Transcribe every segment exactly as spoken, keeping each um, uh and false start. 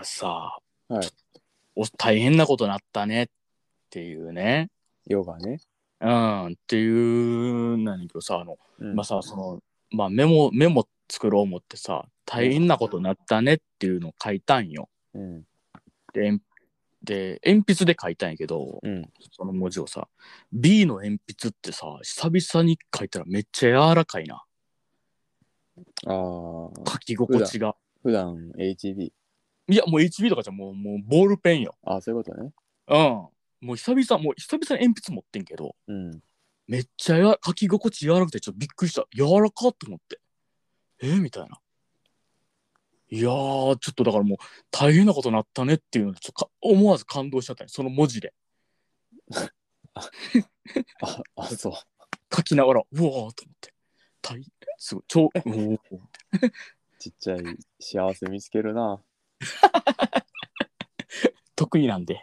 さ、 はい、 お大変なことになったねっていうね、 ヨガね。 うんっていうなんだけどさ、あの、 うん、 まあさ、そのまあメモメモ作ろう思ってさ、大変なことになったねっていうのを書いたんよ。 うん、 で、鉛で鉛筆で書いたんやけど、 うん。 その文字をさ、B の鉛筆ってさ、久々に書いたらめっちゃ柔らかいな。 ああ、 書き普段、 心地が。 普段 エイチビー。 いや、もう エイチビー とかじゃもう、もうボールペンよ。 ああ、そういうことね。 うん。もう久々、もう久々に鉛筆持ってんけど、 うん。 めっちゃや書き心地柔らかくてちょっとびっくりした。柔らかって思って。えー、みたいな。いやー、ちょっとだからもう大変なことになったねっていうので、ちょっとか思わず感動しちゃったね。その文字で。 あ、あ、そう。 書きながら、うわーと思って。大すごい、超、おーちっちゃい幸せ見つけるな。 得意なんで。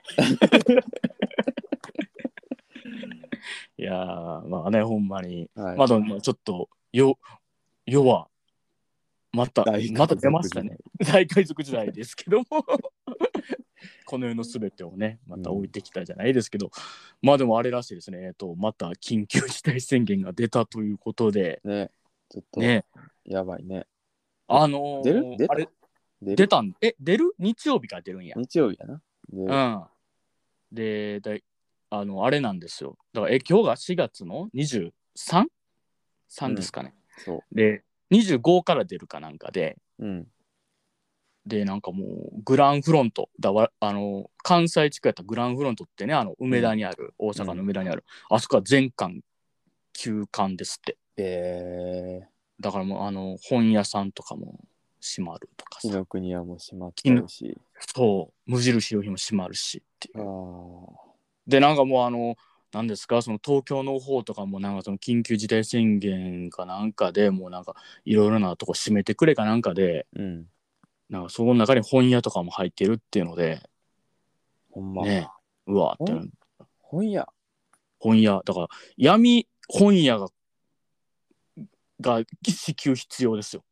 いやー、まあね、ほんまに。 はい。 まだ、まあちょっと、よ、世は、また、 大また海賊時代。 出ましたね。大海賊時代ですけども。この世のすべてをね、また置いてきたじゃないですけど、うん、まあでもあれらしいですね。えっと、また緊急事態宣言が出たということで、 ね、ちょっと、 ね、 やばいね。 あのー、 出る出たあれ出る出たんえ、出る日曜日から出るんや。 日曜日やな。 うん。で、であの、あれなんですよ。だから、え、今日がしがつの にじゅうさん?さんうん、 ですかね。 そで、にじゅうごから出るかなんかで、 う。うん。 で、なんかもう、グランフロント、だわあの、関西地区やったグランフロントってね、あの、梅田にある、うん、大阪の梅田にある、あそこは全館休館ですって。 えー、 だからもう、あの、本屋さんとかも閉まるとかさ。 紀ノ国屋も閉まっちゃうし。 そう、無印良品も閉まるしっていう。 あで、なんかもう、あの、なんですか、その東京の方とかもなんかその緊急事態宣言かなんかでもうなんかいろいろなとこ閉めてくれかなんかで、 うん。 なんかその中に本屋とかも入ってるっていうので、 ほんま。 ね、うわってなる。 本屋本屋だから闇本屋がが至急必要ですよ。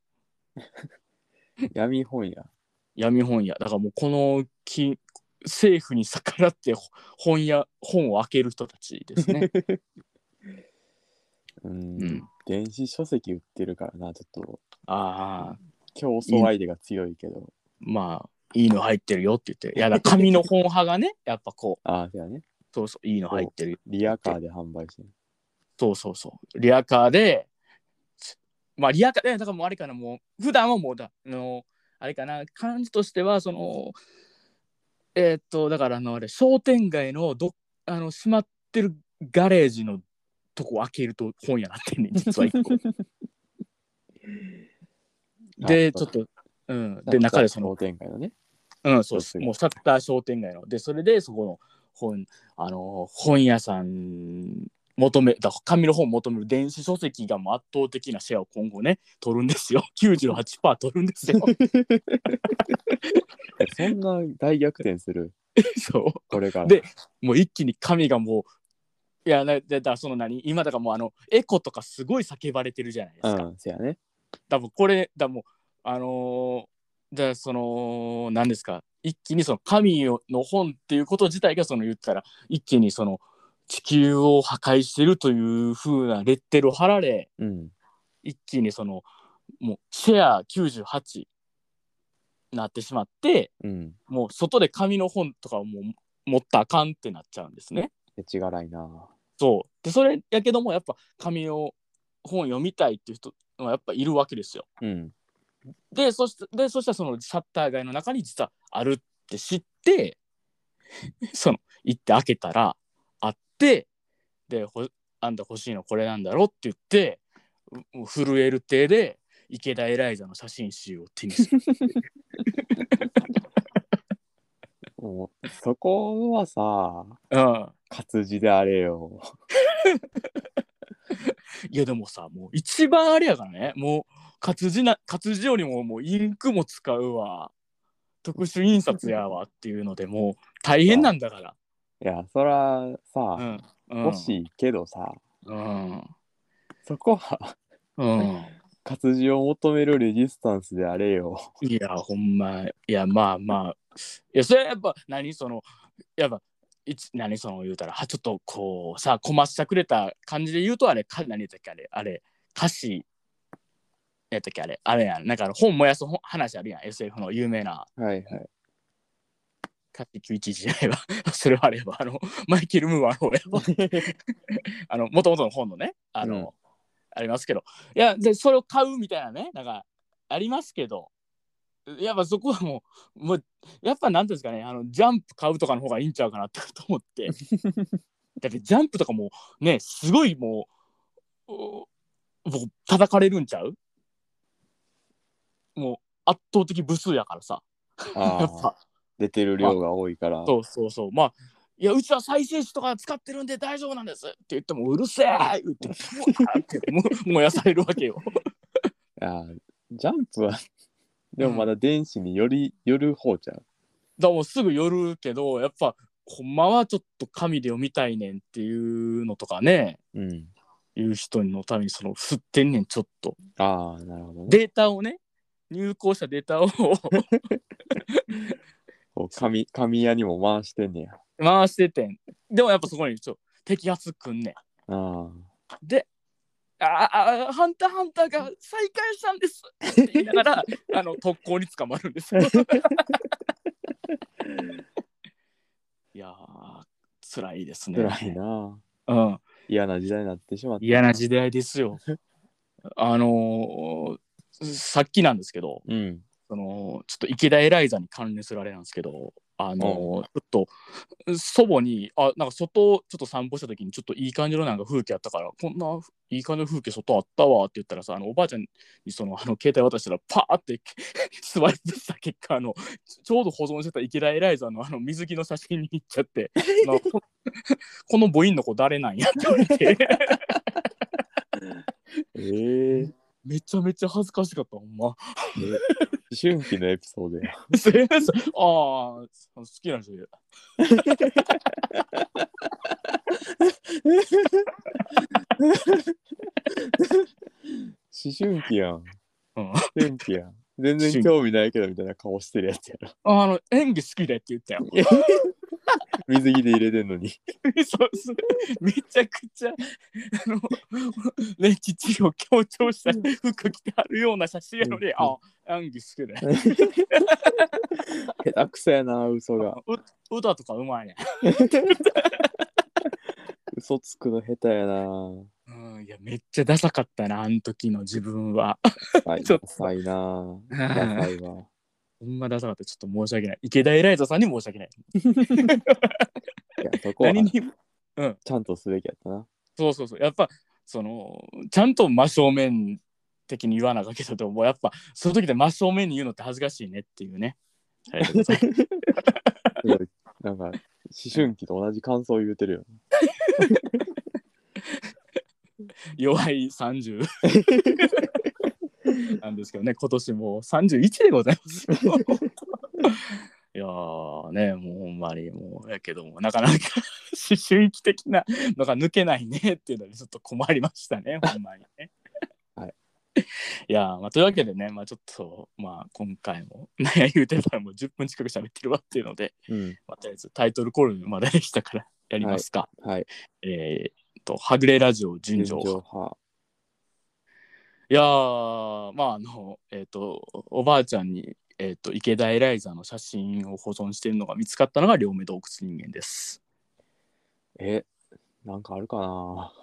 闇本屋。 闇本屋だからもうこのき政府に逆らって本屋本を開ける人たちですね。 うん、 うん、 電子書籍売ってるからな、ちょっと。 ああ、 競争相手が強いけど。 まあいいの入ってるよって言って、いやだ紙の本派がね、やっぱこう、 ああ、そうやね。 そうそういいの入ってるよリアカーで販売してる。 そうそうそうリアカーで、まあリアカーでだからもうあれかな、もう普段はもうだあのあれかな、感じとしてはそのえー、っとだからあのあれ商店街のどあの閉まってるガレージのとこ開けると本屋なってんねん実は一個でちょっとうんで中でその商店街のね。 うんそうもうシャッター商店街のでそれでそこの本あの本屋さん求めだ紙の本求める電子書籍がもう圧倒的なシェアを今後ね取るんですよ。きゅうじゅうはちパーセント 取るんですよ。 そんな大逆転するそうこれからでもう一気に紙がもういやだだだその何今だからもうあのエコとかすごい叫ばれてるじゃないですか。 うん、せやね。 多分これだもうあのー、だその何ですか一気にその神の本っていうこと自体がその言ったら一気にその地球を破壊してるという風なレッテルを貼られ、 うん、 一気にそのもうシェアきゅうじゅうはちになってしまって、 うん、 もう外で紙の本とかをもう持ったらあかんってなっちゃうんですね。 手ちがらいな。 そうでそれやけどもやっぱ紙の本読みたいっていう人はやっぱいるわけですよ。 うん、 でそしてでそしたらそのシャッター街の中に実はあるって知ってその行って開けたらあってでほあんた欲しいのこれなんだろって言ってもう震える手で池田エライザの写真集を手にする。 もうそこはさ、 うん、 活字であれよ。 いやでもさもう一番あれやからね、もう活字な活字よりももうインクも使うわ特殊印刷やわっていうのでもう大変なんだから。 いや、そらさ、 うんうん、 欲しいけどさ、 うんそこはうん、 活字を求めるレジスタンスであれよ。 いやほんまいやまあまあやそれはやっぱ何そのやっぱいつ何その言うたらはちょっとこうさこましてくれた感じで言うとあれか何やったっけあれあれ歌詞やったっけあれあれやんなんかあの本燃やす本話あるやん エスエフ の有名なはいはい。 歌詞きゅういちいちじゃないわそれはあればあのマイケル・ムーアの方やばあの元々の本のねあの、 うんありますけどいやでそれを買うみたいなねなんかありますけどやっぱそこはもうもうやっぱなんていうんですかねあのジャンプ買うとかの方がいいんちゃうかなって思ってだってジャンプとかもねすごいもうお僕叩かれるんちゃうもう圧倒的部数やからさやっああ、 ぱ出てるまあ量が多いから。 そうそうそうまあいやうちは再生紙とか使ってるんで大丈夫なんですって言ってもうるせえ言ってっても燃やされるわけよああ、ジャンプはでもまうんだ電子によりよる方ちゃう。 だからもうすぐ寄るけどやっぱほんまはちょっと紙で読みたいねんっていうのとかねうん。 いう人のためにその振ってんねんちょっとああ、なるほどね。 データをね入稿したデータをこう紙紙屋にも回してんねや。 回しててんでもやっぱそこにちょ摘発くんねあんであああハンターハンターが再開したんですって言いながらあの特攻に捕まるんですよいやー辛いですあ、 ね辛いな。 うん嫌な時代になってしまった。 嫌な時代ですよあのーさっきなんですけどうん。 そのちょっと池田エライザに関連するあれなんですけどあのーちょっと祖母にあなんか外ちょっと散歩した時にちょっといい感じのなんか風景あったからこんないい感じの風景外あったわって言ったらさあのおばあちゃんにそのあの携帯渡したらパーってスワイプした結果あのちょうど保存してた池田エライザのあの水着の写真に行っちゃってあのここの母音の子誰なんやって言われてええめちゃめちゃ恥ずかしかったほんまー、思春期のエピソードや。 ああ好きな人いる思春期やん。 うん思春期やん。全然興味ないけどみたいな顔してるやつやろ。 あの演技好きだって言ったよ水着で入れてんのに。 そうそうめちゃくちゃあのね父を強調した服着てあるような写真やのにあ演技好きだよ下手くそやな、嘘が。 う歌とかうまいね嘘つくの下手やな。 うんいやめっちゃダサかったなあの時の自分はダちょっとサいな。ダサいわ。 ほんまダサかったちょっと申し訳ない池田エライザさんに申し訳ないいや、そこは何にちゃんとすべきやったな。 そうそうそうやっぱそのちゃんと真正面的に言わなかったけどもうやっぱその時で真正面に言うのって恥ずかしいねっていうねありがとうございますすごいなんか思春期と同じ感想を言うてるよ。 弱いさんじゅうなんですけどね今年もさんじゅういちでございますよいやーねもうほんまにもうやけどもなかなか思春期的なのが抜けないねっていうのにちょっと困りましたねほんまにねはいいやー、まあ、というわけでね、まあ、ちょっと、まあ、今回も、なんや言うてたらもうじゅっぷん近く喋ってるわっていうので、 うん。 まあ、とりあえずタイトルコールまだでしたからやりますか。 はい。 えー、と、はぐれラジオ純情純派。 情派。 いやー、まあ、あの、えっ、と、おばあちゃんに、えっ、と、池田エライザの写真を保存しているのが見つかったのが両目洞窟人間です。 え、なんかあるかな。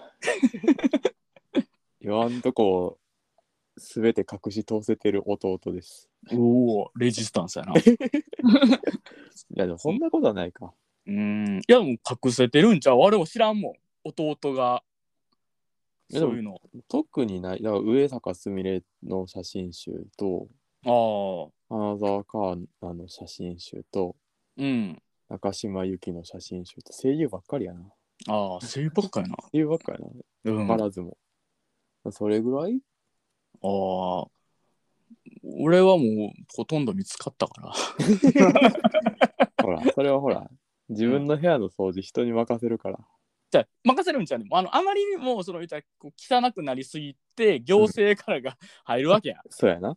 言わんとこすべて隠し通せてる弟です。 おお、レジスタンスやな。 いやでもそんなことはないか。 うーん、いや、もう隠せてるんちゃうあれも知らんもん。弟が、そういうの。 特にない。だから上坂すみれの写真集と、 ああ、 花澤香菜の写真集と、 うん。 中島由紀の写真集と、声優ばっかりやな。 ああ、声優ばっかやな。 声優ばっかりやな。 うん。 わからずも。それぐらいああ、俺はもうほとんど見つかったから。 ほら、それはほら、自分の部屋の掃除人に任せるから。 じゃあ任せるんちゃうねん。あのあまりにもその言ったらこう汚くなりすぎて行政からが入るわけや。 そうやな。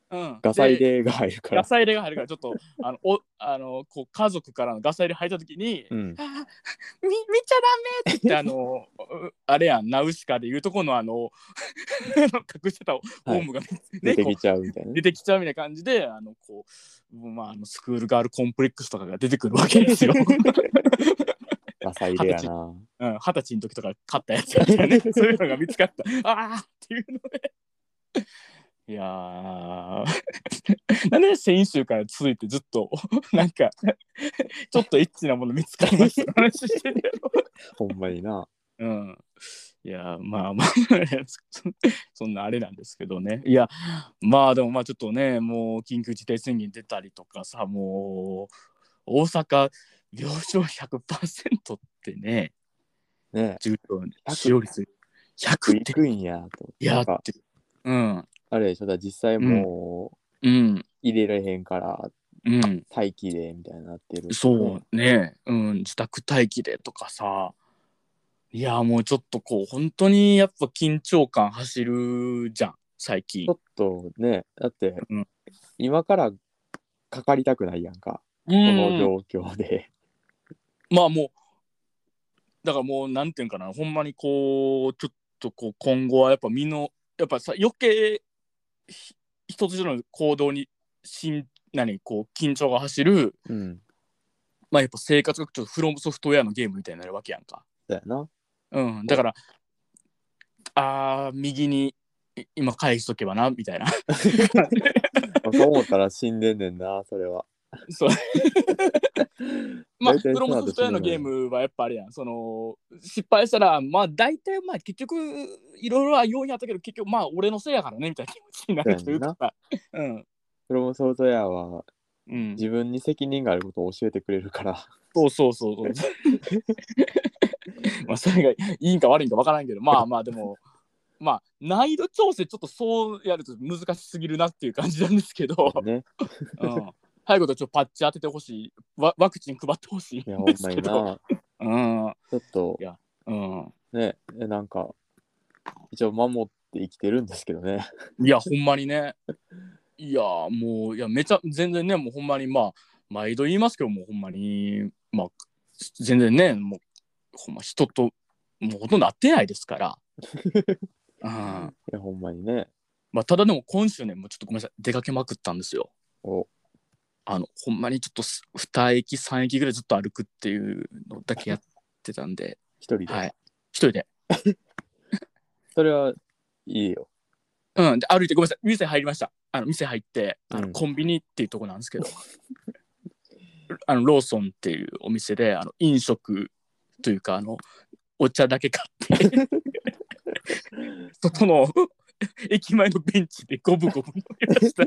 うん、 ガサ入でれが入るから。 ガサ入れが入るからちょっとあのおあのこう家族からのガサ入れ入った時にうん。 「あーみ見ちゃダメ!」って言ってあのうあれやんナウシカでいうとこのあの隠してたオはい。 ウムがねこう出てきちゃうみたいなね。 出てきちゃうみたいな感じであのこう、まあ、あのスクールガールコンプレックスとかが出てくるわけですよ。 ガサ入二十歳、 れやな。 うん、二十歳の時とか買ったやつやったよね。そういうのが見つかった。ああっていうので。いやーなんで先週から続いてずっとなんかちょっとエッチなもの見つかりました話してるやほんまにな。 ろ。うん。いやまあまあそんなあれなんですけどね。いやまあでもまあちょっとねもう緊急事態宣言出たりとかさもう大阪病床ひゃくパーセントってねね重症使ひゃく、 用率ひゃくっいてくんやと。なんか、 いやってうんあれでしょ、だ実際うんもうん。 う入れられへんからうん、 待機でみたいになってる。ね。 そうね、うん、自宅待機でとかさ、いやもうちょっとこう本当にやっぱ緊張感走るじゃん最近。 ちょっとね、だってうん、 今からかかりたくないやんか。 うこのん、 状況で。 まあもうだからもうなんていうんかなほんまにこうちょっとこう今後はやっぱみのやっぱさ余計ひ一つの行動にしん何こう緊張が走るうん。 まあやっぱ生活がちょっとフロムソフトウェアのゲームみたいになるわけやんか。 だよな。 うん、だからあー右にい今返しとけばなみたいなそう思ったら死んでんねんな、それは。 そうまあ大体その後フロムソフトウェアのゲー死ぬのよ。 ムはやっぱあれやんその失敗したらまあ大体まあ結局いろいろは要因あったけど結局まあ俺のせいやからねみたいな気持ちになるそうやねんな。 というかうんフロムソフトウェアはうん自分に責任があることを教えてくれるから。 そうそうそうそうまあそれがいいんか悪いんか分からんけどまあまあでもまあ難易度調整ちょっとそうやると難しすぎるなっていう感じなんですけど、 ね。 うん、早いことちょっとパッチ当ててほしいワワクチン配ってほしいいや、 んほんですけど、 まにな。 うんちょっといやうんね、えなんか、一応守って生きてるんですけどね。 いやほんまにねいやもういやめちゃ全然ねもうほんまにまあ毎度言いますけどもうほんまにまあ全然ねもうほんま人ともうほとんど会ってないですから、うん、 いや、ほんまにね。 まあただでも今週ねもうちょっとごめんなさい出かけまくったんですよ。 お、 あのほんまにちょっとに駅さん駅ぐらいずっと歩くっていうのだけやってたんで、 一人で。 はい一人で、 それはいいよ。 うん、で歩いてごめんなさい店入りました。あの店入ってあの、 うん。 コンビニっていうとこなんですけどあのローソンっていうお店であの飲食というかあのお茶だけ買って外の駅前のベンチでゴブゴブ飲みました。 い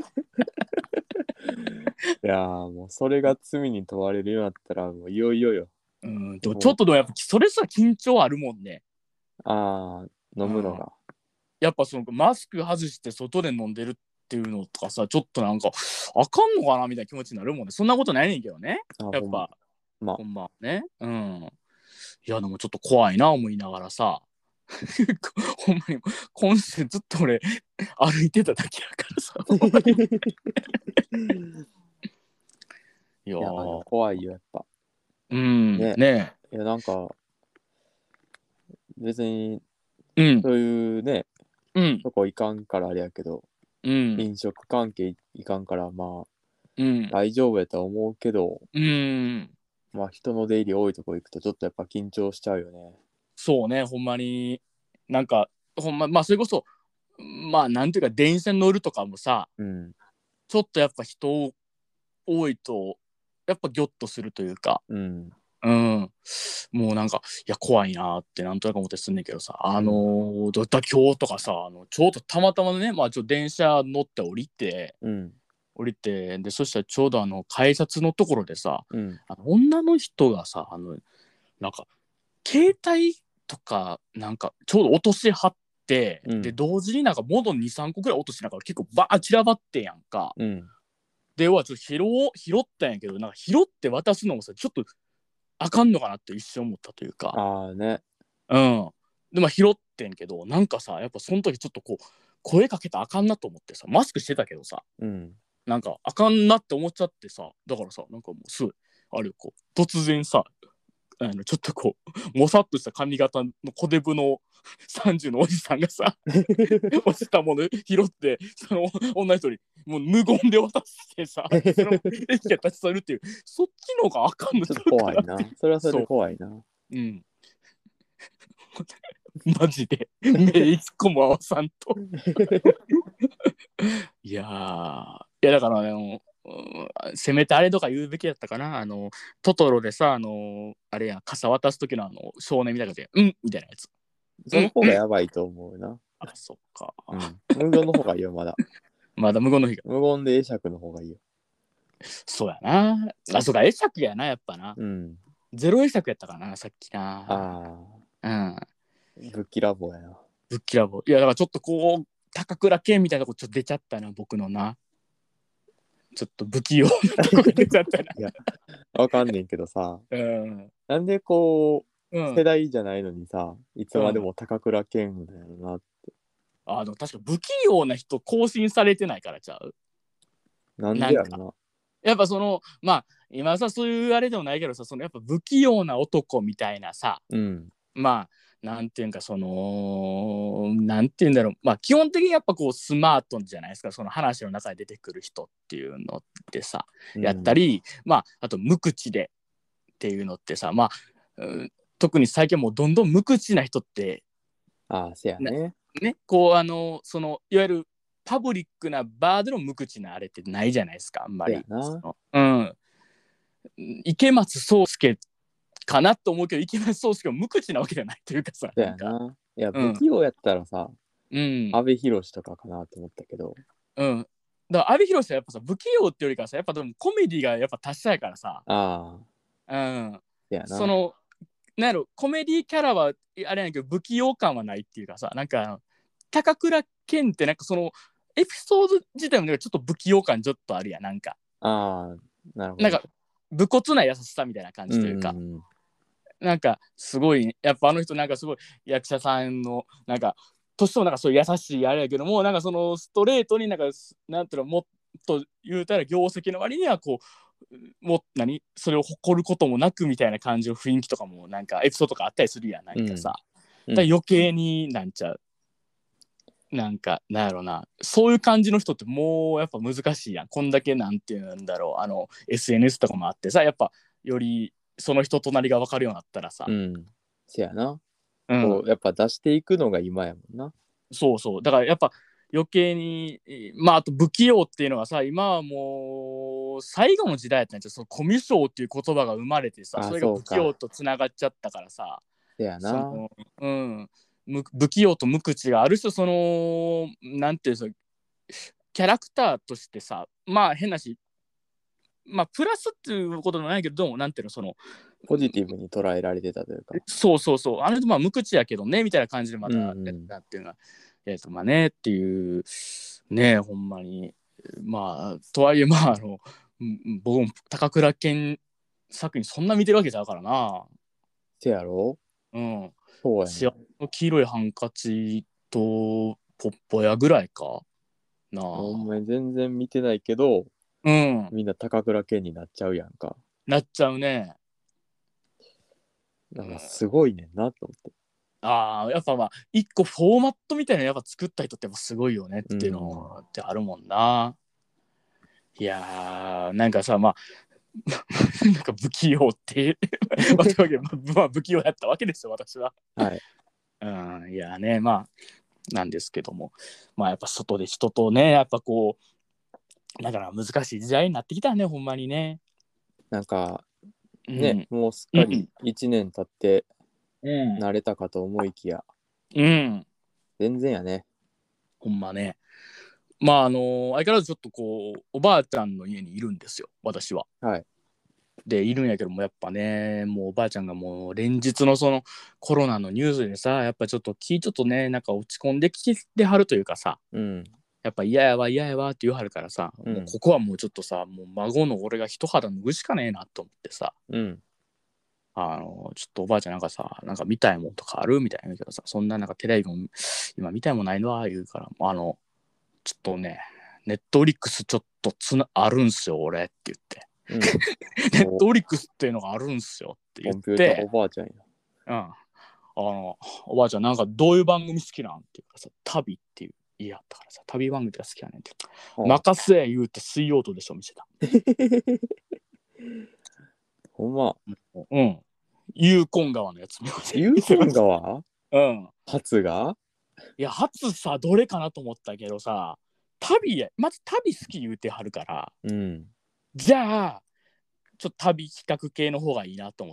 やー、もうそれが罪に問われるようになったら、もういよいよよ。 うんでもちょっとでもやっぱそれさ緊張あるもんね。 あー、飲むのうん、 が。 やっぱそのマスク外して外で飲んでるっていうのとかさちょっとなんかあかんのかなみたいな気持ちになるもんね。そんなことないねんけどねあ、ほんやっぱま。 ほんまねうんいやでもちょっと怖いな思いながらさほんまに今週ずっと俺歩いてただけやからさいやいや、でーも怖いよ、やっぱ。 うんね。 ねいや、なんか、別に、 えうんそういうね、 うんそこいかんからあれやけど、 うん飲食関係いかんから、まあ、 うん大丈夫やとは思うけど、 うんまあ、人の出入り多いとこ行くと、ちょっとやっぱ緊張しちゃうよね。 そうねほんまになんかほんままあそれこそまあなんていうか電車に乗るとかもさうん。 ちょっとやっぱ人多いとやっぱギョッとするというかうん。 うんもうなんかいや怖いなってなんとなく思ってすんねんけどさあのうん。 ー、だだ今日とかさあのちょうどたまたまねまあちょっと電車乗って降りてうん。 降りてでそしたらちょうどあの改札のところでさうん。 あの女の人がさあのなんか携帯とかなんかちょうど落としはってうん。 で同時になんか物にさんこぐらい落としながら結構バー散らばってんやんか。 うん。 ではちょっと拾おう拾ったんやけどなんか拾って渡すのもさちょっとあかんのかなって一瞬思ったというかああね。 うんでまあ拾ってんけどなんかさやっぱその時ちょっとこう声かけたらあかんなと思ってさ、マスクしてたけどさ、 うんなんかあかんなって思っちゃってさ、だからさ、なんかもうすごいあれよ、こう突然さ、あのちょっとこうもさっとした髪型の小デブのさんじゅうのおじさんがさ落ちたもの拾ってその女の人にもう無言で渡してさ、その駅が立ち去るっていう、そっちの方があかんのちょっとちゃうかな。 怖いな。それはそれで怖いな。 うんマジで目一個も合わさんといやー、いやだからあの、うんせめてあれとか言うべきだったかな。あのトトロでさ、あのあれや傘渡す時のあの少年みたいな感じでうんみたいなやつ。 その方がやばいと思うな。 あ、そっか。 うん。無言の方がいいよ、まだ。 まだ無言の日が。 無言で会釈の方がいいよ。 そうやな。あ、そうか、会釈やな、やっぱな。 うん。 ゼロ会釈やったかな、さっきな。 あうん。 あ、ぶっきらぼうやな。 ぶっきらぼう。いや、だからちょっとこう、高倉健みたいなとこちょっと出ちゃったな、僕のな。ちょっと不器用なとこが出ちゃったな。 いや、わかんねんけどさ、 うん。 なんでこう、 うん世。代じゃないのにさ、いつまでも高倉健だよな。 あの、確か不器用な人更新されてないからちゃう。 なんでやろな。 やっぱその、まあ、今さ、そういうあれでもないけどさ、そのやっぱ不器用な男みたいなさ、 うん。 まあ、なんていうんか、その、なんていうんだろう、まあ、基本的にやっぱこう、スマートじゃないですか、その話の中で出てくる人っていうのってさ、 うんやったり、まあ、あと無口でっていうのってさ、まあ、うん、特に最近もうどんどん無口な人って、 ああ、せやね。 ね、こう、あの、その、いわゆるパブリックなバーでの無口なあれってないじゃないですか、あんまり。 せやな。 そのうん。池松壮亮かなと思うけど、池松壮亮は無口なわけじゃないというかさ、 せなんか、 やな。いや、 うん不器用やったらさ、 うん、 阿部寛とかかなと思ったけど。 うん。だから阿部寛はやっぱさ、不器用っていうよりかさ、やっぱでもコメディがやっぱ達者やからさ、 ああ、 うん、 せやな。 その、なんやろ、コメディキャラはあれやけど、不器用感はないっていうかさ、なんか、高倉健ってなんかその、エピソード自体もなんかちょっと不器用感ちょっとあるやん、なんか。 ああ、なるほど。 なんか、武骨な優しさみたいな感じというか、 うんうんうん、 なんかすごいやっぱあの人なんかすごい役者さんのなんか年ともなんかそういう優しいあれやけども、なんかそのストレートになんかなんていうの、もっと言うたら業績の割にはこうもっ何それを誇ることもなくみたいな感じの雰囲気とかもなんかエピソードとかあったりするやん、なんかさ、 うん、 だから余計になんちゃう、なんかなんやろな、そういう感じの人ってもうやっぱ難しいやん、こんだけなんていうんだろう、あの エスエヌエス とかもあってさ、やっぱよりその人となりが分かるようになったらさ、 うん。せやな。 うん、 こう、やっぱ出していくのが今やもんな。 そうそう、だからやっぱ余計に、まああと不器用っていうのがさ、今はもう最後の時代やったんじゃ、そのコミュ障っていう言葉が生まれてさ、 あ、 それがそうか。 不器用とつながっちゃったからさ、 せやな。 そのうんむ不器用と無口がある種そのなんていうの、キャラクターとしてさ、まあ変なし、まあプラスっていうこともないけど、どうもなんていうの、そのポジティブに捉えられてたというか。 そうそうそう、あの人まあ無口やけどねみたいな感じでまたやっうんうんたっていうのは、えっとまあねっていうね、ほんまに、まあとはいえ、まああのうん僕も高倉健作品そんな見てるわけちゃうからな。 せやろ。 うん。 そうやね。 幸せの黄色いハンカチとポッポ屋ぐらいかなあ。 ほんまに全然見てないけど、 うん。 みんな高倉健になっちゃうやんか。 なっちゃうね。 だからすごいねんなと思って。 ああ、やっぱまあ一個フォーマットみたいなのやっぱ作った人ってやっぱすごいよねっていうのってあるもんな。いやーなんかさ、まあなんか不器用ってまあまあ不器用やったわけですよ私は。 はい。 うん、いやね、まあなんですけども、まあやっぱ外で人とね、やっぱこうだから難しい時代になってきたね、ほんまにね。 なんかね、 うん、 もうすっかりいちねん経ってうん、 慣れたかと思いきや、 うん、 全然やね。 ほんまね。まああの相変わらずちょっとこうおばあちゃんの家にいるんですよ、私は。 はい。 でいるんやけども、やっぱね、もうおばあちゃんがもう連日のそのコロナのニュースでさ、やっぱちょっと気ちょっとね、なんか落ち込んできてはるというかさ、 うん。 やっぱ嫌やわ嫌やわって言わはるからさ、 うんもうここはもうちょっとさ、もう孫の俺が一肌脱ぐしかねえなと思ってさ、 うん。 あのちょっとおばあちゃんなんかさなんか見たいもんとかあるみたいな言うけどさ、そんななんかテレビも今見たいもんないのは言うから、あのちょっとねネットフリックスちょっとつなあるんすよ俺って言って、 うん、 ネットフリックスっていうのがあるんすよって言っコンピューターて、 おばあちゃんや。 うん、あのおばあちゃんなんかどういう番組好きなんって言うからさ、旅っていう家やったからさ、旅番組が好きやねんって言って、任せ言うて水曜とでしょ見せた。 ほんま。 うん。ユーコン川のやつ見せた。 ユーコン川？ うん。 初が？ いや初さどれかなと思ったけどさ、旅やまず旅好き言うてはるから、 うん。 じゃあちょっと旅比較系の方がいいなと思って、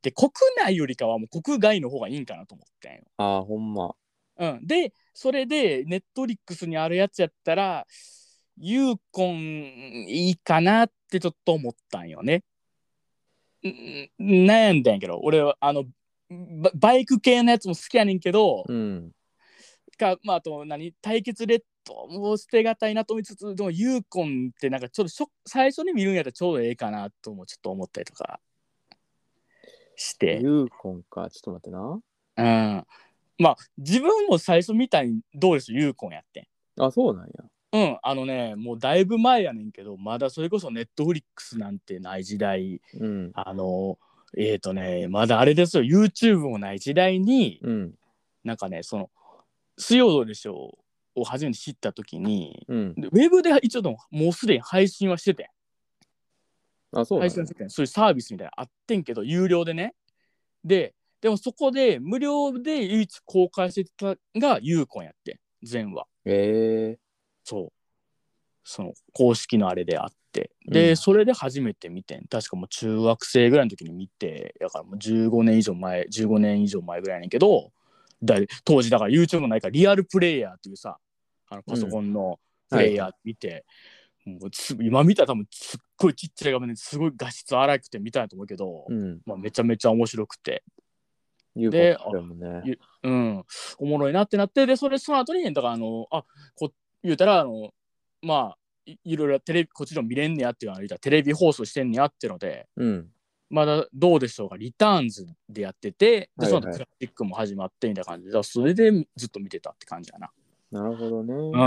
で国内よりかはもう国外の方がいいんかなと思ってんよ。 ああほんま。 うん、でそれでネットリックスにあるやつやったらユーコンいいかなってちょっと思ったんよね。ん悩んだんやけど、俺はあのババイク系のやつも好きやねんけど、 うん。 かまああと何対決レッドも捨てがたいなと思いつつ、でもユーコンってなんかちょっとしょ最初に見るんやったらちょうどええかなともちょっと思ったりとかして、 ユーコンか。ちょっと待ってな。 うん、まあ自分も最初見たにどうですユーコンやってん。 あ、そうなんや。 うん、あのねもうだいぶ前やねんけど、まだそれこそネットフリックスなんてない時代、 うん。 あのえーとねまだあれですよ YouTube もない時代に、 うん。 なんかねその水曜どうでしょうを初めて知った時に、 うん。 でウェブで一応でももうすでに配信はしててあ、そうなんや。 配信はしててそういうサービスみたいなのあってんけど有料でね、ででもそこで無料で唯一公開してたがユーコンやって全話、 ええそうその公式のあれであって、 ー。 で、 うん。 それで初めて見てん、確かもう中学生ぐらいの時に見て、だからもうじゅうごねん以上前じゅうごねん以上前ぐらいやねんけど、だ当時だから YouTube もないからリアルプレイヤーっていうさ、あのパソコンのプレイヤー見て、はいはい、もうつ今見たら多分すっごいちっちゃい画面ですごい画質荒くて見たいと思うけど、 うん。 まあ、めちゃめちゃ面白くて、 ユーで、 コンだもんね。 うん、おもろいなってなって、でそれその後にだからあのあこ言うたらあのまあい, いろいろテレビこっちでも見れんねやっていうのは言うたらテレビ放送してんねやっていうので、 うん。 まだどうでしょうかリターンズでやってて、ではいはい、 その後クラシックも始まってみたいな感じで、それでずっと見てたって感じやな。 なるほどね。 うん。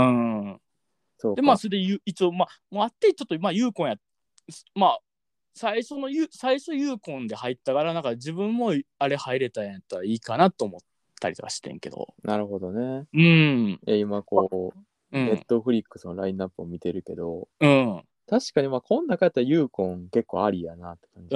そうか。 でまあそれで一応まあもうあってちょっとまあユーコンやまあ最初のユ最初ユーコンで入ったからなんか自分もあれ入れたんやったらいいかなと思ったりとかしてんけど。 なるほどね。 うん。 え今こう、 うん、 ネットフリックスのラインナップを見てるけど、 うん。 確かにまあこん中やったらユーコン結構ありやなって感じ。 うん。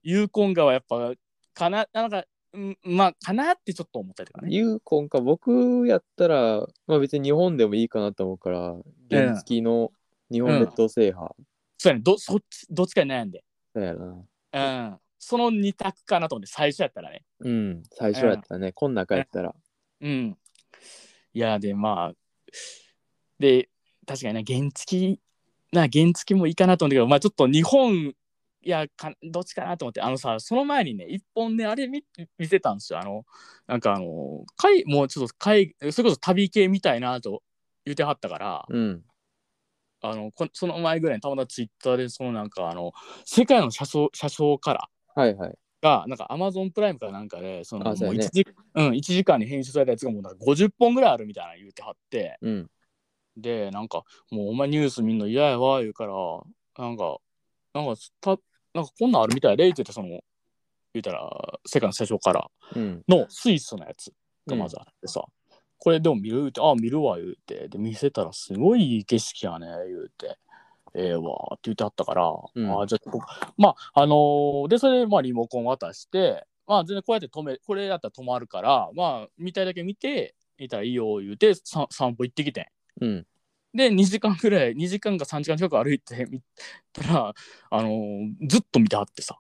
ユーコン側やっぱかななんか、うん、まあかなってちょっと思ったりとかね。 ユーコンか僕やったら、まあ別に日本でもいいかなと思うから、原付の日本列島制覇。 そうやね、どそっちどっちかに悩んで。 そうやな。 うん。そのに択かなと思って最初やったらね。 うん、最初やったね。こん中やったら。 うん。うん、いやでまあで確かにね原付な原付もいいかなと思ったけど、まあちょっと日本いやかどっちかなと思って、あのさその前にね一本ねあれ 見, 見せたんですよ。あのなんかあの海もうちょっと海それこそ旅系みたいなと言ってはったから、 うん。 あのこその前ぐらいにたまたまツイッターでそのなんかあの世界の車掌車掌からはいはい。 がなんかアマゾンプライムかなんかでそのあ、そうもうや 1, ね。 時、うん、いちじかんに編集されたやつがもうなんかごじゅっぽんぐらいあるみたいな言うてはって、 うん。 でなんかもうお前ニュース見んの嫌やわ言うからなんかなんかたなんかこんなんあるみたいでって言ってその言うたら世界の車掌からうん。 のスイスのやつがまずあってさ、うん、これでも見る言うてあ見るわ言うてで見せたらすごいいい景色やね言うて。ええー、わーって言ってあったから、うん、あじゃあまああのー、でそれでまあリモコン渡してまあ全然こうやって止めこれやったら止まるからまあ見たいだけ見て見たらいいよ言うて散歩行ってきてん、 うん、 でにじかんぐらいにじかんかさんじかん近く歩いてみたらあのー、ずっと見てはってさ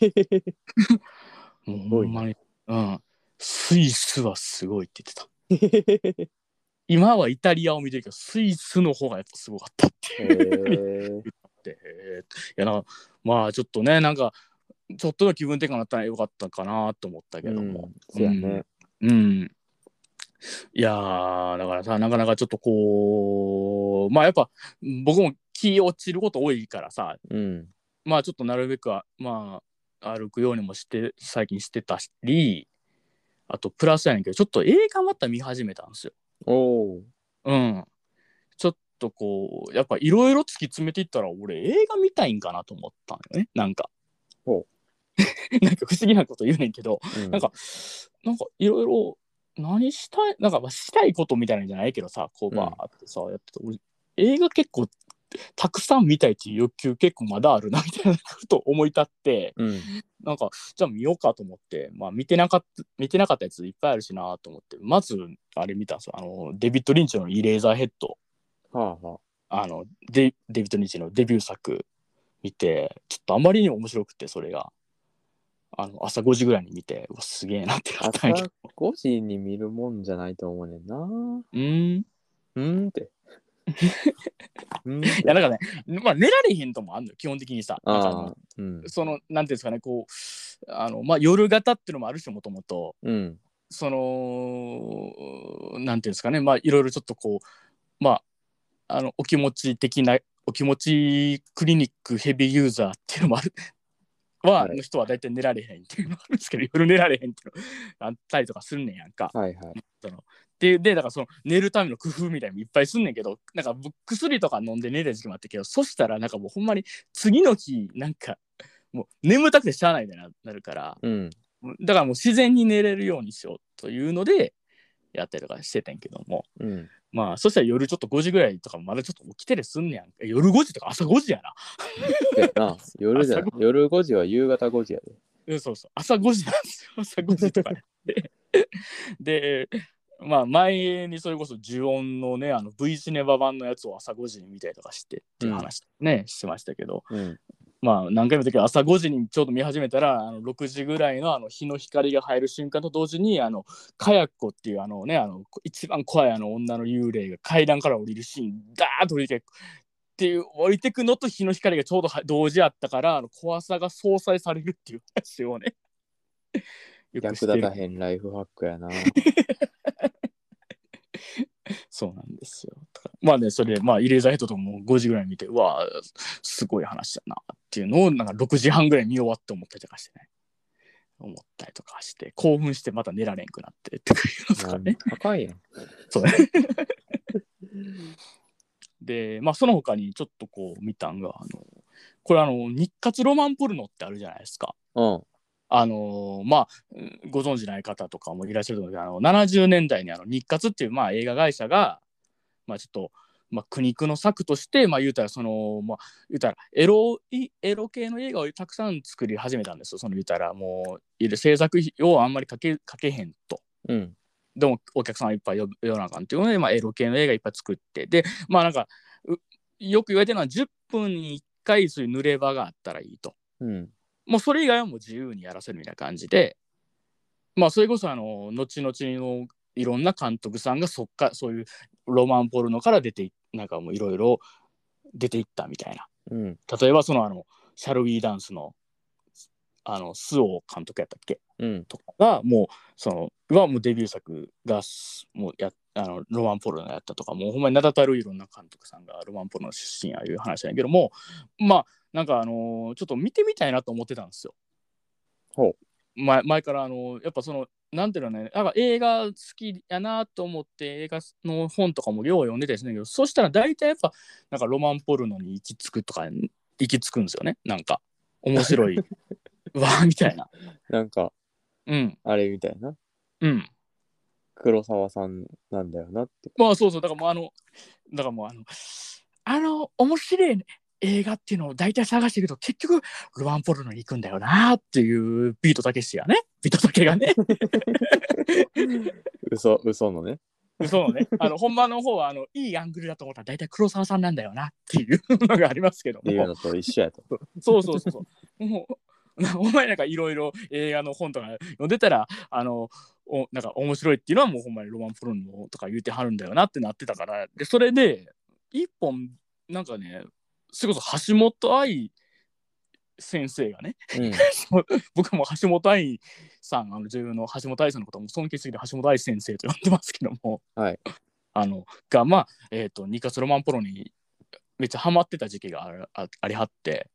もうほんまに、うん、スイスはすごいって言ってた今はイタリアを見てるけどスイスの方がやっぱすごかったって言っていやなまあちょっとねなんかちょっとの気分転換になったらよかったかなと思ったけども、 うん、そうやね、 うん、うん、いやーだからさなかなかちょっとこうまあやっぱ僕も気落ちること多いからさ、 うん、 まあちょっとなるべくはまあ歩くようにもして最近してたり、あとプラスやねんけどちょっと映画また見始めたんですよ。 おー。 うん。ちょっとこうやっぱいろいろ突き詰めていったら俺映画見たいんかなと思ったんよね。なんかほなんか不思議なこと言うねんけど、 う。うん。 なんかなんかいろいろ何したいなんかまあしたいことみたいなんじゃないけどさ、こうバーってさ、やってて俺映画結構たくさん見たいっていう欲求結構まだあるなみたいなこと思い立って、 うん。 なんかじゃあ見ようかと思って、まあ見てなかった見てなかったやついっぱいあるしなと思って、まずあれ見たんですよ。あのデビッド・リンチのイレーザーヘッド。 はあはあのデデビッド・リンチのデビュー作見て、ちょっとあまりにも面白くて、それがあの朝ごじぐらいに見て、うわすげえなってなあ。 ったんやけ朝ど。 ごじに見るもんじゃないと思うねんな。 うーん。いうんって。うんって。 やなんかね、まあ寝られへんともあんのよ基本的にさ。なんかあのああ、うん。 そのなんていうんですかね、こうあのまあ夜型っていうのもあるし、もともとうん。 そのなんていうんですかね、まあいろいろちょっとこうまああのお気持ち的なお気持ちクリニックヘビーユーザーっていうのもあるは、 はい、 の人は大体寝られへんっていうのがあるんですけど、夜寝られへんっていうのあったりとかすんねんやんか。 はいはい。 そのででだからその寝るための工夫みたいにいっぱいすんねんけど、なんか薬とか飲んで寝る時期もあったけど、そしたらなんかもうほんまに次の日なんかもう眠たくてしゃあないみたいになるから、 うん。 だからもう自然に寝れるようにしようというのでやったりとかしてたんけども、 うん。 まあそしたら夜ちょっとごじぐらいとかまだちょっと起きてるすんねやん。夜ごじとか朝ごじやな。 でな、夜じゃ朝ご、 夜ごじは夕方ごじやで。 そうそう朝ごじなんですよ。朝ごじとかででまあ前にそれこそ呪音のねあの V シネバ版のやつを朝ごじに見たりとかしてっていう話ね、うん、してましたけど、 うん。 まあ何回も言ったけど朝ごじにちょうど見始めたらあのろくじぐらいのあの日の光が入る瞬間と同時にあのカヤッコっていうあのねあの一番怖いあの女の幽霊が階段から降りるシーンダーッと降りてっていう降りてくのと日の光がちょうど同時あったからあの怖さが相殺されるっていう話をねよくしてる。 役立たへんライフハックやな。 そうなんですよ。まあね、それで、まあ、イレーザーヘッドとかもごじぐらい見て、うわすごい話だなっていうのを、なんかろくじはんぐらい見終わって思ったりとかしてね。思ったりとかして、興奮してまた寝られんくなってっていうのとかね。 高いやん。 そうね。で、まあ、その他にちょっとこう見たんが、あの、これあの、日活ロマンポルノってあるじゃないですか。 うん。 あのーまあご存知ない方とかもいらっしゃると思うけど、あのななじゅうねんだいにあの日活っていうまあ映画会社がまあちょっとまあ苦肉の策としてまあ言うたらそのまあ言うたらエロいエロ系の映画をたくさん作り始めたんですよ。その言うたらもういる制作費をあんまりかけかけへんと。 うん。 でもお客さんいっぱい呼ばなあかんっていうので、まあ、エロ系の映画いっぱい作ってでまあなんかよく言われてるのはじゅっぷんにいっかいそういう濡れ場があったらいいと。 うん。 もうそれ以外はもう自由にやらせるみたいな感じで、まあそれこそあの後々のいろんな監督さんがそっかそういうロマンポルノから出てなんかもういろいろ出ていったみたいな。 うん。 例えばそのあのシャルウィーダンスのあのスオ監督やったっけ、 うん。 とかがもうそのはもうデビュー作がもうやあのロマンポルノやったとかもうほんまに名だたるいろんな監督さんがロマンポルノ出身やいう話やけども、まあなんかあのーちょっと見てみたいなと思ってたんですよ。 ほう。 前前からあのやっぱそのなんていうのね、なんか映画好きやなと思って映画の本とかもよう読んでたりするんだけど、そしたら大体やっぱなんかロマンポルノに行き着くとか行き着くんですよね。なんか面白いわーみたいな。 なんか、 うんあれみたいな。 うん黒沢さんなんだよなって。 まあそうそうだからもうあのだからもうあのあの面白い映画っていうのを大体探していくと結局ロマンポルノに行くんだよなっていうビートたけしやねビートたけがね嘘、嘘のね。 嘘のねあの本番の方はあのいいアングルだと思ったら大体黒沢さんなんだよなっていうのがありますけども、 っていうのと一緒やと。 そうそうそうそうもうお前なんかいろいろ映画の本とか読んでたらあのおなんか面白いっていうのはもうほんまにロマンポルノとか言うてはるんだよなってなってたから、でそれで一本なんかねそれこそ橋本愛先生がね、 うん。 僕も橋本愛さんあの女優の橋本愛さんのことも尊敬しすぎて橋本愛先生と呼んでますけども、 はい。 あのがまあえっ、とニカスロマンポロにめっちゃハマってた時期がああありはって、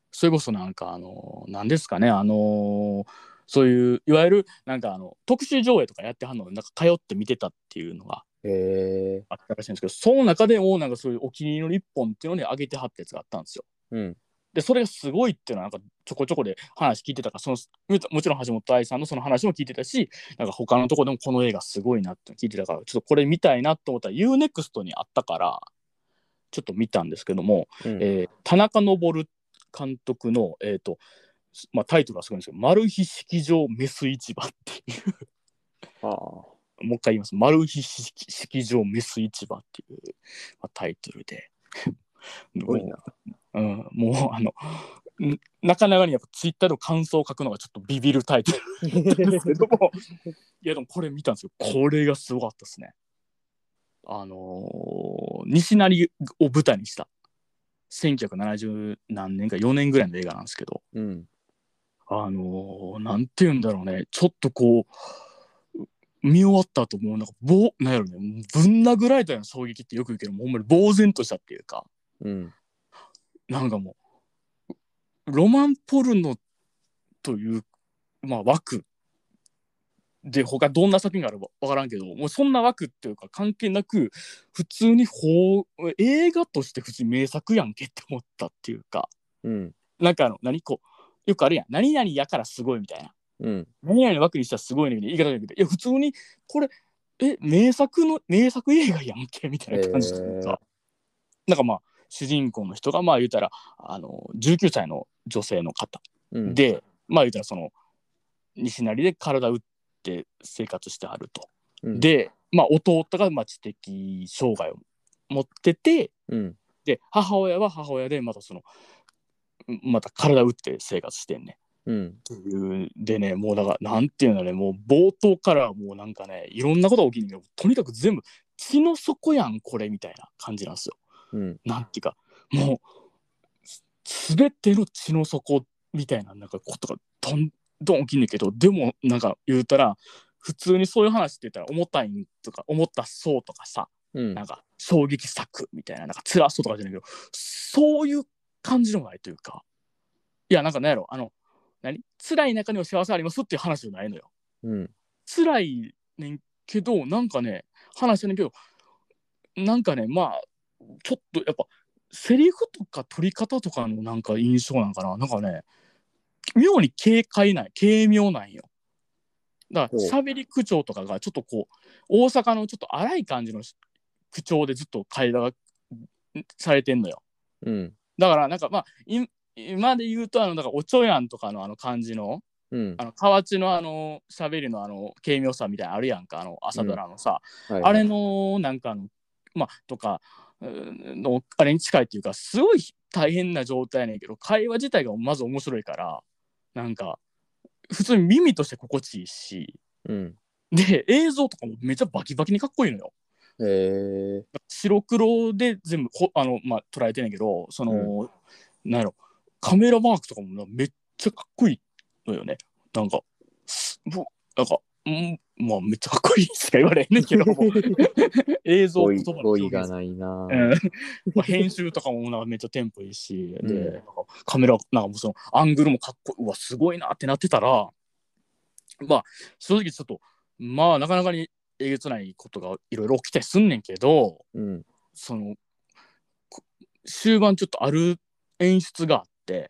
それこそなんかあの何ですかね、あのそういういわゆるなんかあの特殊上映とかやってはんのをなんか通って見てたっていうのがへえ。 あったらしいんですけど、その中でもなんかそういうお気に入りの一本っていうのに上げてはったやつがあったんですよ。 うん。 でそれがすごいっていうのはなんかちょこちょこで話聞いてたから、そのもちろん橋本愛さんのその話も聞いてたし、なんか他のとこでもこの映画すごいなって聞いてたから、ちょっとこれ見たいなと思ったら ユーネクスト にあったからちょっと見たんですけども、 うん。 えー田中昇監督の、えーとまあ、タイトルはすごいんですけど、マル秘式場メス市場っていうああ。 もう一回言います。マル秘式場メス市場っていう、まあ、タイトルで。 すごいな。 うん、もうあのなかなかにやっぱツイッターの感想を書くのがちょっとビビるタイトルなんですけどもいやでもこれ見たんですよ。これがすごかったですね。あのー、西成を舞台にしたせんきゅうひゃくななじゅう何年かよねんぐらいの映画なんですけど、 うん。 あのー、なんて言うんだろうね、ちょっとこう見終わった後もうなんかぼなんやろね、ぶん殴られたような衝撃ってよく言うけど、ほんまに呆然としたっていうか、 うん。 なんかもうロマンポルノという、まあ、枠で他どんな作品があるか分からんけど、もうそんな枠っていうか関係なく普通にほう映画として普通に名作やんけって思ったっていうか、 うん。 なんかあの何こうよくあるやん、何々やからすごいみたいな、 うん。 何々の枠にしたらすごいねみたいな言い方だけど、いや普通にこれえ名作の名作映画やんけみたいな感じというか、なんかまあ主人公の人がまあ言うたらあのじゅうきゅうさいの女性の方、 うん。 でまあ言うたらその西成で体打って生活してはると、 うん。 でまあ弟がまあ知的障害を持ってて、 うん。 で母親は母親でまたそのまた体打って生活してんねうん。 っていうでね、もうだからなんていうのね、もう冒頭からもうなんかねいろんなことが起きるんだけど、とにかく全部血の底やんこれみたいな感じなんですよ。 うん。 なんていうかもう全ての血の底みたいななんかことがどんどん起きんねんけど、でもなんか言うたら普通にそういう話って言ったら重たいんとか思ったそうとかさ、 うん。 なんか衝撃作みたいな、なんか辛そうとかじゃないけど、そういう感じのないというか、いやなんかなんやろ、あの何辛い中には幸せありますっていう話じゃないのよ。 うん。 辛いねんけどなんかね話してんねんけど、なんかねまあちょっとやっぱセリフとか取り方とかのなんか印象なんかな、なんかね妙に軽快ない軽妙なんよ。だから喋り口調とかがちょっとこう大阪のちょっと荒い感じの口調でずっと会話がされてんのよ。 うん。 だからなんかまあ今で言うとあのだからおちょやんとかのあの感じのうん。 あの河内のあの喋りのあの軽妙さみたいなのあるやんか、あの朝ドラのさ、 うん。はいあれはい。 のなんかあのまあとかのあれに近いっていうか、すごい大変な状態やねんけど会話自体がまず面白いから、なんか普通に耳として心地いいし、 うん。 で映像とかもめっちゃバキバキにかっこいいのよ。 へえ。 白黒で全部ほあの、まあ、捉えてんねんけど、その、 うん。 なんやろカメラワークとかもめっちゃかっこいいのよね。なんかなんかんまあめっちゃかっこいいしか言われへんねんけど映像語彙、 言葉で語彙が表現する、 ないな。 うんまあ、編集とかもなんかめっちゃテンポいいし、 うん。 でなんかカメラなんかもうそのアングルもかっこいい、うわすごいなってなってたら、まあ正直ちょっとまあなかなかにえげつないことがいろいろ起きたりすんねんけど、 うん。 その終盤ちょっとある演出があって、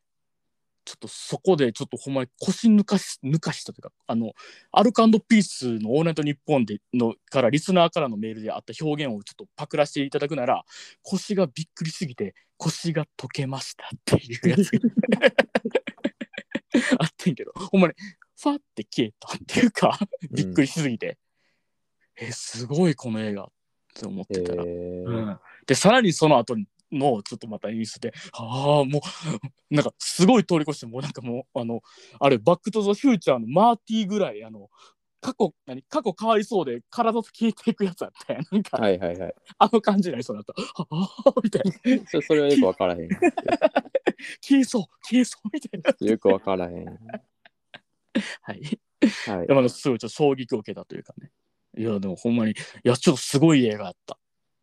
ちょっとそこでちょっとほんまに腰抜かし抜かしたというか、あのアルカンドピースの「オールナイトニッポン」でのからリスナーからのメールであった表現をちょっとパクらせていただくなら、腰がびっくりすぎて腰が溶けましたっていうやつがあってんけど、ほんまにファって消えたっていうかびっくりしすぎて、うん、えすごいこの映画って思ってたら、うん、でさらにその後のちょっとまた演出で、ああもうなんかすごい通り越して、もうなんかもうあのあれバックトゥザフューチャーのマーティーぐらい、あの過去何過去変わりそうで体と消えていくやつあったやん、なんか、 はいはいはい。 あの感じになりそうだった、ああみたいなそそれはよくわからへん。 消えそう消えそうみたいなよくわからへん。 はいはい。 でもすごいちょっと衝撃を受けたというかね。いやでもほんまにいやちょっとすごい映画やった。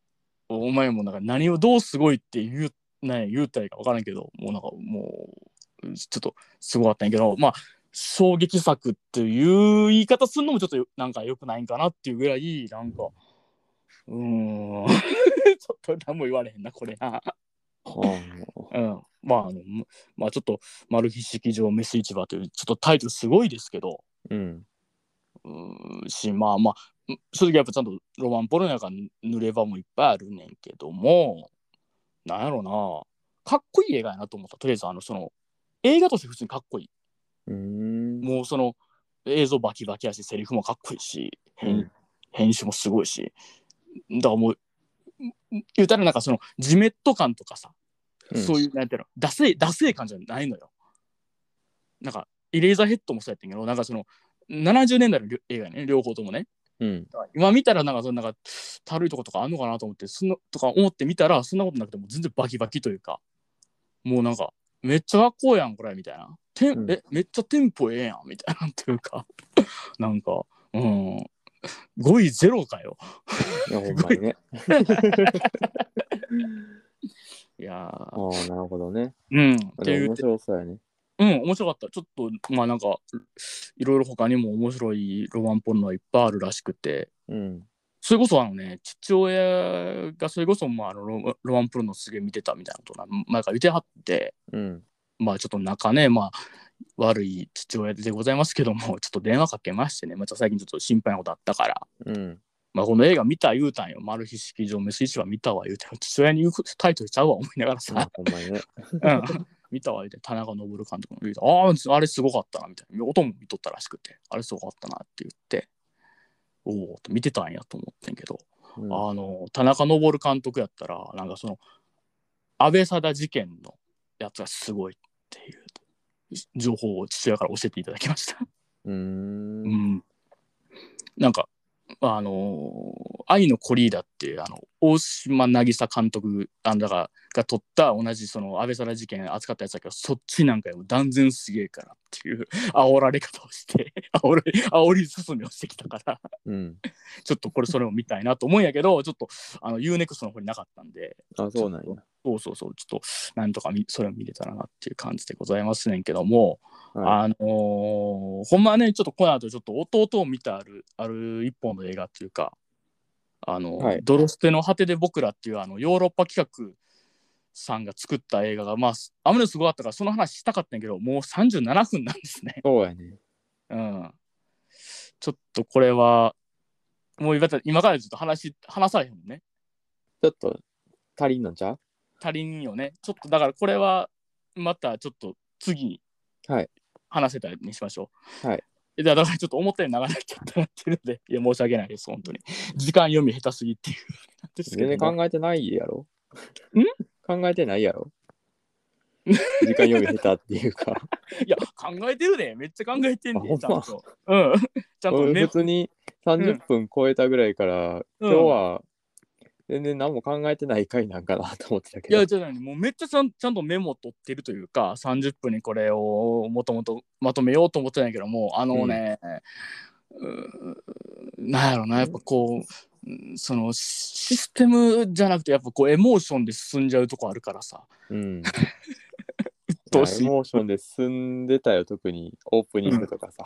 お前もなんか何をどうすごいって言う、ね、言うたらいいか分からんけど、もうなんかもちょっとすごかったんやけど、まあ衝撃作っていう言い方するのもちょっとなんか良くないんかなっていうぐらいなんかうーんちょっと何も言われへんなこれな。 はうん、まああのまあちょっとマル秘式場メス市場というちょっとタイトルすごいですけど、 うん。 うーんしまあまあ正直やっぱちゃんとロマンポルノやから濡れ場もいっぱいあるねんけども、なんやろな、かっこいい映画やなと思った。とりあえずあのその映画として普通にかっこいい。 うーん。 もうその映像バキバキやしセリフもかっこいいし、編,、 うん、 編集もすごいし、だからもう言うたらなんかそのジメット感とかさ、 うん、 そういうなんていうのダセいダセい感じじゃないのよ。なんかイレーザーヘッドもそうやったんやけど、なんかそのななじゅうねんだいの映画ね、両方ともね。 うん。 今見たらなんかそのなんかたるいとことかあんのかなと思ってそんなとか思ってみたらそんなことなくても全然バキバキというか、もうなんかめっちゃかっこいいやんこれみたいな、テン、 うん、 えめっちゃテンポええやんみたいなっていうかなんかうんごいゼロかよ。 いやほんまにね。 いやああ、なるほどね。 うんっまあ、でも面ていうて白そうやね。 うん面白かった。ちょっとまあなんかいろいろ他にも面白いロマンポルノはいっぱいあるらしくて、 うん。 それこそあのね父親がそれこそまああの ロ, ロマンポルノすげえ見てたみたいなことな前から言ってはって、 うん。 まあちょっと仲ねまあ悪い父親でございますけども、ちょっと電話かけましてね、まあ、最近ちょっと心配なことあったから、 うん。 まあ、この映画見た言うたんよ。マル秘式場メス市場見たわ言うて、父親に言うタイトルちゃうわ思いながらさ、 まあ、ほんまにね。 うん、見たわ言うて、田中昇監督も言うて、ああ、あれすごかったなみたいな、音も見とったらしくて、あれすごかったなって言って、おお、見てたんやと思ってんけど、 うん。 あの、田中昇監督やったら、なんかその、安倍貞事件のやつがすごいっていう情報を父親から教えていただきました。 うーん。 うん、なんかあのー、愛のコリーダっていうあの大島渚監督あんだがが撮った同じその安倍貞事件扱ったやつだけど、そっちなんかよ断然すげえからっていう煽られ方をして煽り煽り進めをしてきたからうん。 ちょっとこれそれを見たいなと思うんやけど、ちょっとあの ユーネクスト の方になかったんで、 あ、そうなんや。 そうそうそう、ちょっとなんとかそれを見れたらなっていう感じでございますねんけども、 はい、 あのー、ほんまはねちょっとこの後ちょっと弟を見たあるある一本の映画っていうか、あの、 はい、 ドロステの果てで僕らっていうあのヨーロッパ企画さんが作った映画がまああまりすごかったからその話したかったんやけど、もうさんじゅうななふんなんですね。 そうやね。 うん、ちょっとこれはもう今からちょっと話話されへんもんね。 ちょっと足りんのちゃう？ 足りんよね。ちょっとだからこれはまたちょっと次話せたりにしましょう。はい。 だからちょっと思ったより長くなっちゃったなってるんで、いや申し訳ないです本当に。時間読み下手すぎっていうですけ全然ども。 考えてないやろ？ ん考えてないやろ？時間読み下手っていうかいや考えてるで、めっちゃ考えてんで、 あちゃんと。うん。ちゃんとね。 普通にさんじゅっぷん超えたぐらいから、 うん、 今日は全然何も考えてない回なんかなと思ってたけど。 いやじゃあもうめっちゃちゃんちゃんとメモ取ってるというか、さんじゅっぷんにこれをもともとまとめようと思ってないけども、あのね、うん、なんやろな、やっぱこうそのシステムじゃなくてやっぱこうエモーションで進んじゃうとこあるからさ。 うん。 鬱いや陶しい。 エモーションで進んでたよ、特にオープニングとかさ。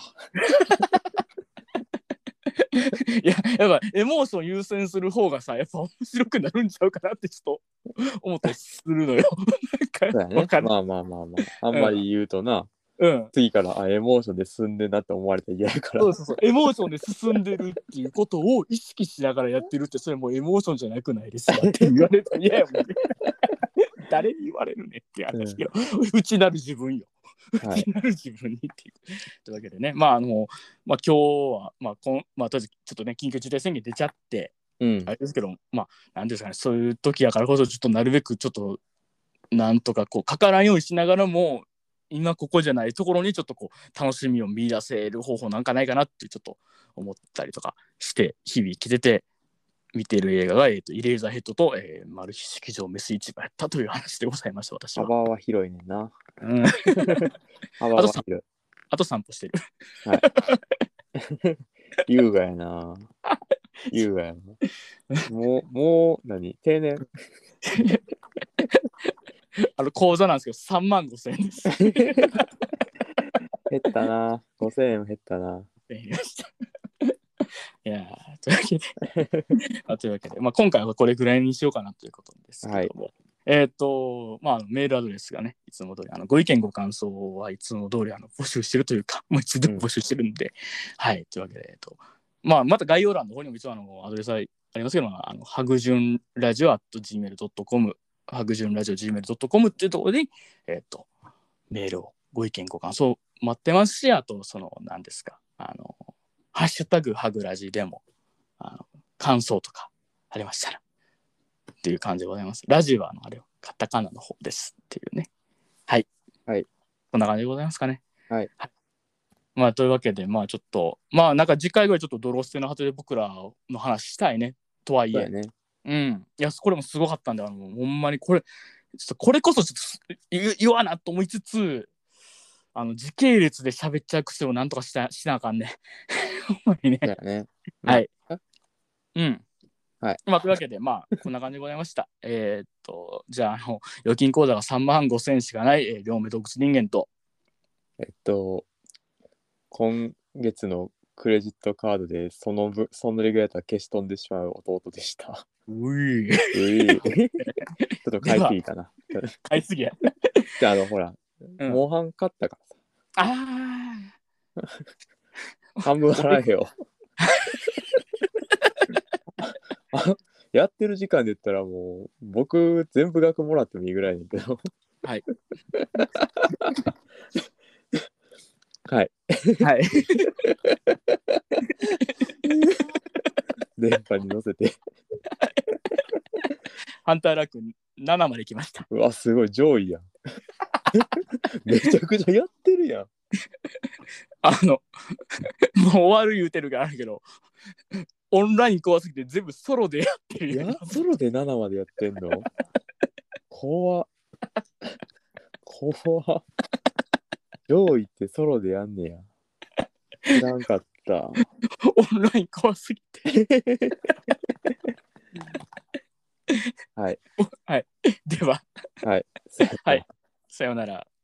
いややっぱエモーション優先する方がさやっぱ面白くなるんちゃうかなってちょっと思ったりするのよ。なんかそうやね。まあまあまあまあ。あんまり言うとな、 うん、うん、 次からあエモーションで進んでんなって思われたら嫌やから。 そうそうそう、エモーションで進んでるっていうことを意識しながらやってるって、それもうエモーションじゃなくないですかって言われたら嫌やもんね。誰に言われるねって話よ。うん、内なる自分よ。 はい、 内なる自分にっていう。というわけでね、まああの、まあ今日は、まあこん、まあとりあえずちょっとね、緊急事態宣言出ちゃって、 うん、 あれですけど、まあ、なんですかね、そういう時やからこそ、ちょっとなるべくちょっと、なんとかこう、かからんようにしながらも、今ここじゃないところにちょっとこう楽しみを見出せる方法なんかないかなってちょっと思ったりとかして日々生きてて見てる映画が、えー、とイレーザーヘッドと、えー、マル秘式場メス市場やったという話でございました私は。 幅は広いねんな。 うん、 幅は広い。 あと散歩してる。 はい。優雅やな。優雅やな。もう、もう何定年あの口座なんですけどさんまんごせんえんです。 減ったな。ごせんえん減ったな。 減りました。いやーというわけでまあ、というわけで、まあ、今回はこれぐらいにしようかなということですけども、はい、えっ、ー、とまあメールアドレスがねいつも通りあのご意見ご感想はいつも通りあの募集してるというかもう一度募集してるんで、うん、はいというわけで、えーとまあ、また概要欄の方にも一応あのアドレスありますけどあのハグジュンラジオ at ジーメールドットコム ハグジュンラジオ ジーメールドットコム っていうところに、えーとメールをご意見ご感想待ってますし、あとその何ですかあのハッシュタグハグラジでもあの感想とかありましたらっていう感じでございます。ラジオはあのあれよカタカナの方ですっていうね。はい。 はい。 こんな感じでございますかね。 はい。 はい、まあというわけでまあちょっとまあなんか次回ぐらいちょっとドロステの果てで僕らの話したいねとはいえ。 ね、 うん。いやこれもすごかったんであのほんまにこれちょっとこれこそちょっと言, 言わなと思いつつ。あの時系列で喋っちゃう癖をなんとかし な, しなあかんね。ほんまにね。 ねはい。うん。 はい。 まあ、というわけで、まあ、こんな感じでございました。えっと、じゃあ、あの、預金口座がさんまんごせんしかない、えー、両目洞窟人間と。 えっと、今月のクレジットカードでそのぶ、そのレギュレーター消し飛んでしまう弟でした。 うい。 うい。ちょっと買いすぎかな。 買いすぎや。 じゃあ、あの、ほら、うん、モンハン買ったからさ。 ああ。半分払えよ。やってる時間で言ったらもう僕全部額もらってもいいぐらいだけどはいはいはい電波に乗せてハンターラックななまで来ました。 うわすごい上位やんめちゃくちゃやってるやんあのもう終わる言うてるがあるけどオンライン怖すぎて全部ソロでやってるやん。ソロでななまでやってんの怖っ怖っ上位ってソロでやんねや知らんかったオンライン怖すぎてはいはいでははいはいさようなら。